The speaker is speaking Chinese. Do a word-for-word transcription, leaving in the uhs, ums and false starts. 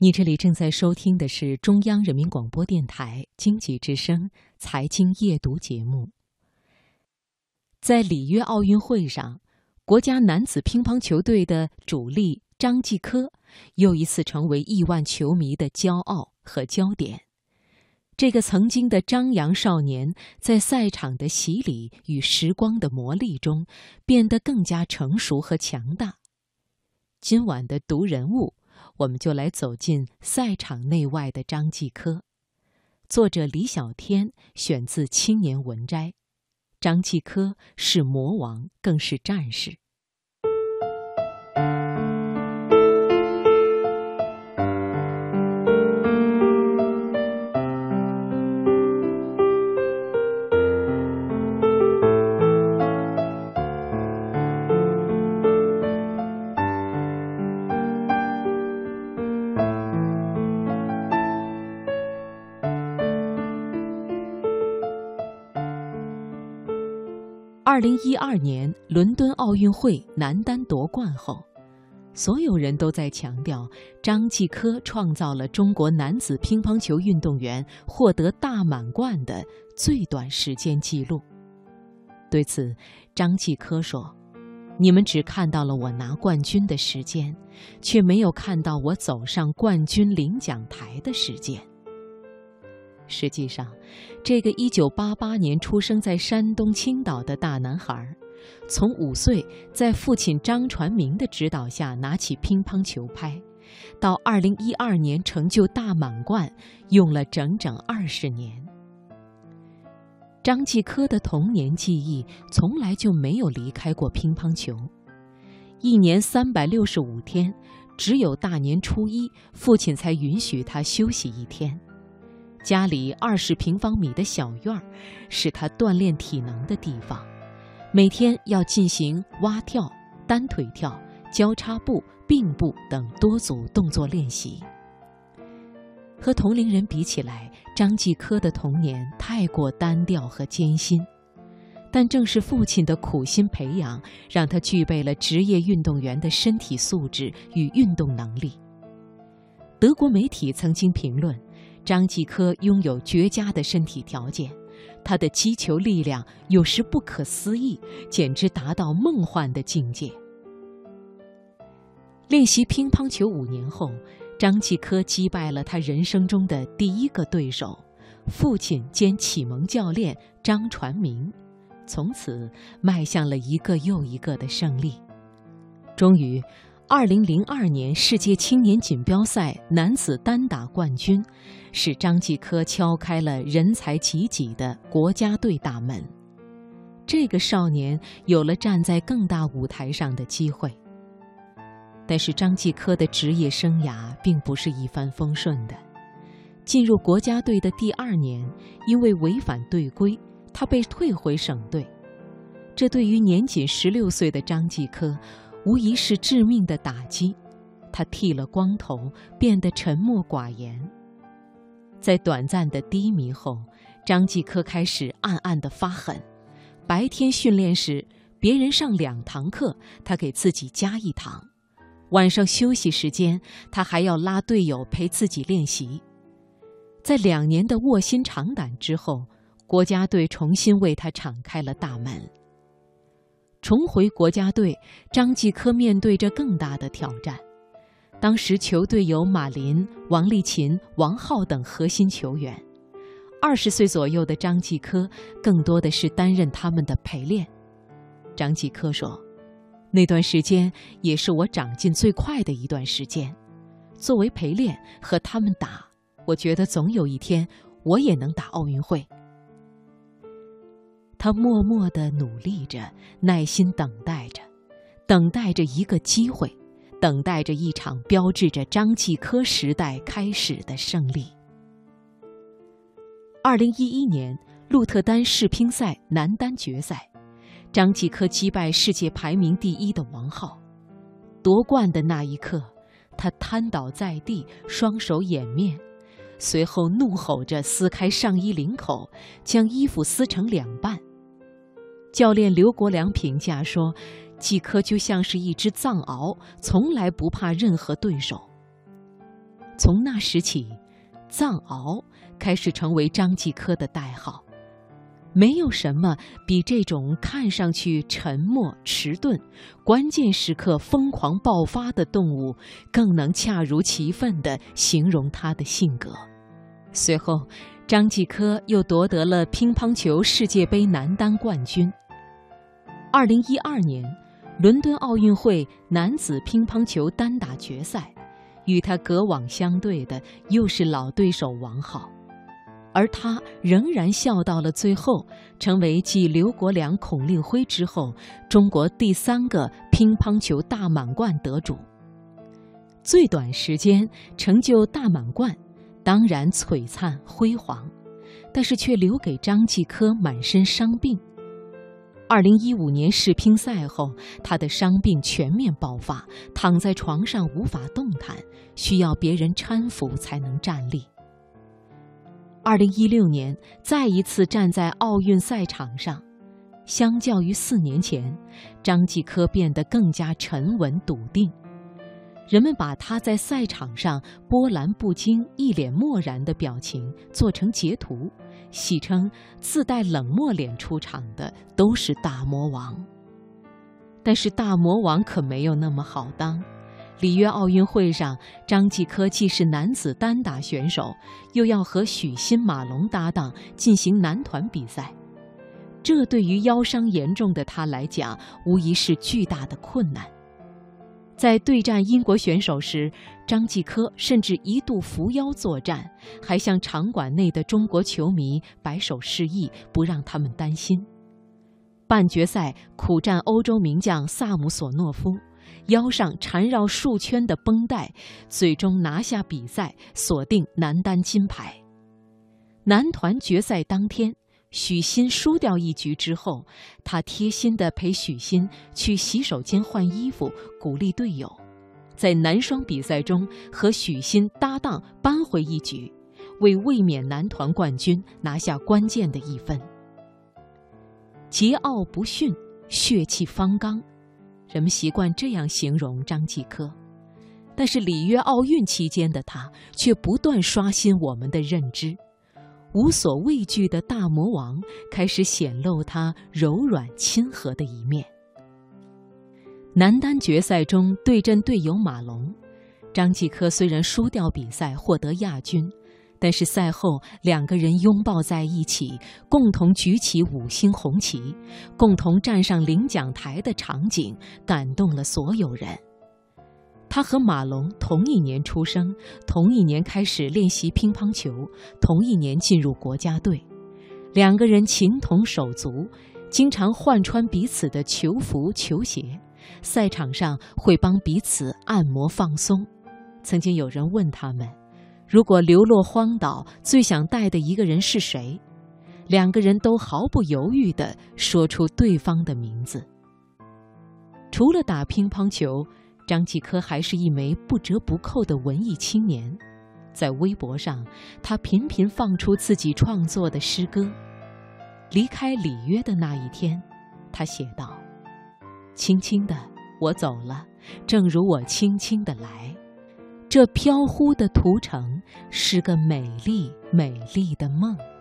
你这里正在收听的是中央人民广播电台经济之声财经夜读节目。在里约奥运会上，国家男子乒乓球队的主力张继科又一次成为亿万球迷的骄傲和焦点。这个曾经的张扬少年，在赛场的洗礼与时光的磨砺中，变得更加成熟和强大。今晚的读人物，我们就来走进赛场内外的张继科。作者李小天选自《青年文摘》。张继科是魔王，更是战士。二零一二年伦敦奥运会男单夺冠后，所有人都在强调张继科创造了中国男子乒乓球运动员获得大满贯的最短时间记录。对此，张继科说：“你们只看到了我拿冠军的时间，却没有看到我走上冠军领奖台的时间。”实际上，这个一九八八年出生在山东青岛的大男孩，从五岁在父亲张传明的指导下拿起乒乓球拍，到二零一二年成就大满贯，用了整整二十年。张继科的童年记忆从来就没有离开过乒乓球，一年三百六十五天，只有大年初一，父亲才允许他休息一天。家里二十平方米的小院儿是他锻炼体能的地方，每天要进行蛙跳、单腿跳、交叉步、并步等多组动作练习。和同龄人比起来，张继科的童年太过单调和艰辛，但正是父亲的苦心培养，让他具备了职业运动员的身体素质与运动能力。德国媒体曾经评论，张继科拥有绝佳的身体条件，他的击球力量有时不可思议，简直达到梦幻的境界。练习乒乓球五年后，张继科击败了他人生中的第一个对手，父亲兼启蒙教练张传明，从此迈向了一个又一个的胜利。终于二零零二年世界青年锦标赛男子单打冠军，使张继科敲开了人才济济的国家队大门。这个少年有了站在更大舞台上的机会。但是张继科的职业生涯并不是一帆风顺的。进入国家队的第二年，因为违反队规，他被退回省队。这对于年仅十六岁的张继科无疑是致命的打击，他剃了光头，变得沉默寡言。在短暂的低迷后，张继科开始暗暗地发狠。白天训练时，别人上两堂课，他给自己加一堂；晚上休息时间，他还要拉队友陪自己练习。在两年的卧薪尝胆之后，国家队重新为他敞开了大门。重回国家队，张继科面对着更大的挑战。当时球队有马林、王励勤、王皓等核心球员，二十岁左右的张继科更多的是担任他们的陪练。张继科说：“那段时间也是我长进最快的一段时间。作为陪练和他们打，我觉得总有一天我也能打奥运会。”他默默地努力着，耐心等待着，等待着一个机会，等待着一场标志着张继科时代开始的胜利。二零一一年鹿特丹世乒赛男单决赛，张继科击败世界排名第一的王皓。夺冠的那一刻，他瘫倒在地，双手掩面，随后怒吼着撕开上衣领口，将衣服撕成两半。教练刘国梁评价说，继科就像是一只藏獒，从来不怕任何对手。 从那时起，藏獒开始成为张继科的代号。没有什么比这种看上去沉默迟钝、关键时刻疯狂爆发的动物更能恰如其分地形容他的性格。随后，张继科又夺得了乒乓球世界杯男单冠军。二零一二年，伦敦奥运会男子乒乓球单打决赛，与他隔网相对的又是老对手王皓。而他仍然笑到了最后，成为继刘国梁、孔令辉之后中国第三个乒乓球大满贯得主。最短时间成就大满贯，当然璀璨辉煌，但是却留给张继科满身伤病。二零一五年世乒赛后，他的伤病全面爆发，躺在床上无法动弹，需要别人搀扶才能站立。二零一六年再一次站在奥运赛场上，相较于四年前，张继科变得更加沉稳笃定。人们把他在赛场上波澜不惊、一脸漠然的表情做成截图，戏称自带冷漠脸出场的都是大魔王。但是大魔王可没有那么好当。里约奥运会上，张继科既是男子单打选手，又要和许昕、马龙搭档进行男团比赛，这对于腰伤严重的他来讲，无疑是巨大的困难。在对战英国选手时，张继科甚至一度扶腰作战，还向场馆内的中国球迷摆手示意，不让他们担心。半决赛苦战欧洲名将萨姆索诺夫，腰上缠绕数圈的绷带，最终拿下比赛，锁定男单金牌。男团决赛当天，许昕输掉一局之后，他贴心地陪许昕去洗手间换衣服，鼓励队友。在男双比赛中和许昕搭档扳回一局，为卫冕男团冠军拿下关键的一分。桀骜不驯，血气方刚，人们习惯这样形容张继科。但是里约奥运期间的他却不断刷新我们的认知，无所畏惧的大魔王开始显露他柔软亲和的一面。男单决赛中对阵队友马龙，张继科虽然输掉比赛获得亚军，但是赛后两个人拥抱在一起，共同举起五星红旗，共同站上领奖台的场景感动了所有人。他和马龙同一年出生，同一年开始练习乒乓球，同一年进入国家队，两个人情同手足，经常换穿彼此的球服球鞋，赛场上会帮彼此按摩放松。曾经有人问他们，如果流落荒岛，最想带的一个人是谁？两个人都毫不犹豫地说出对方的名字。除了打乒乓球，张继科还是一枚不折不扣的文艺青年。在微博上，他频频放出自己创作的诗歌。离开里约的那一天，他写道：轻轻的我走了，正如我轻轻的来，这飘忽的途程是个美丽美丽的梦。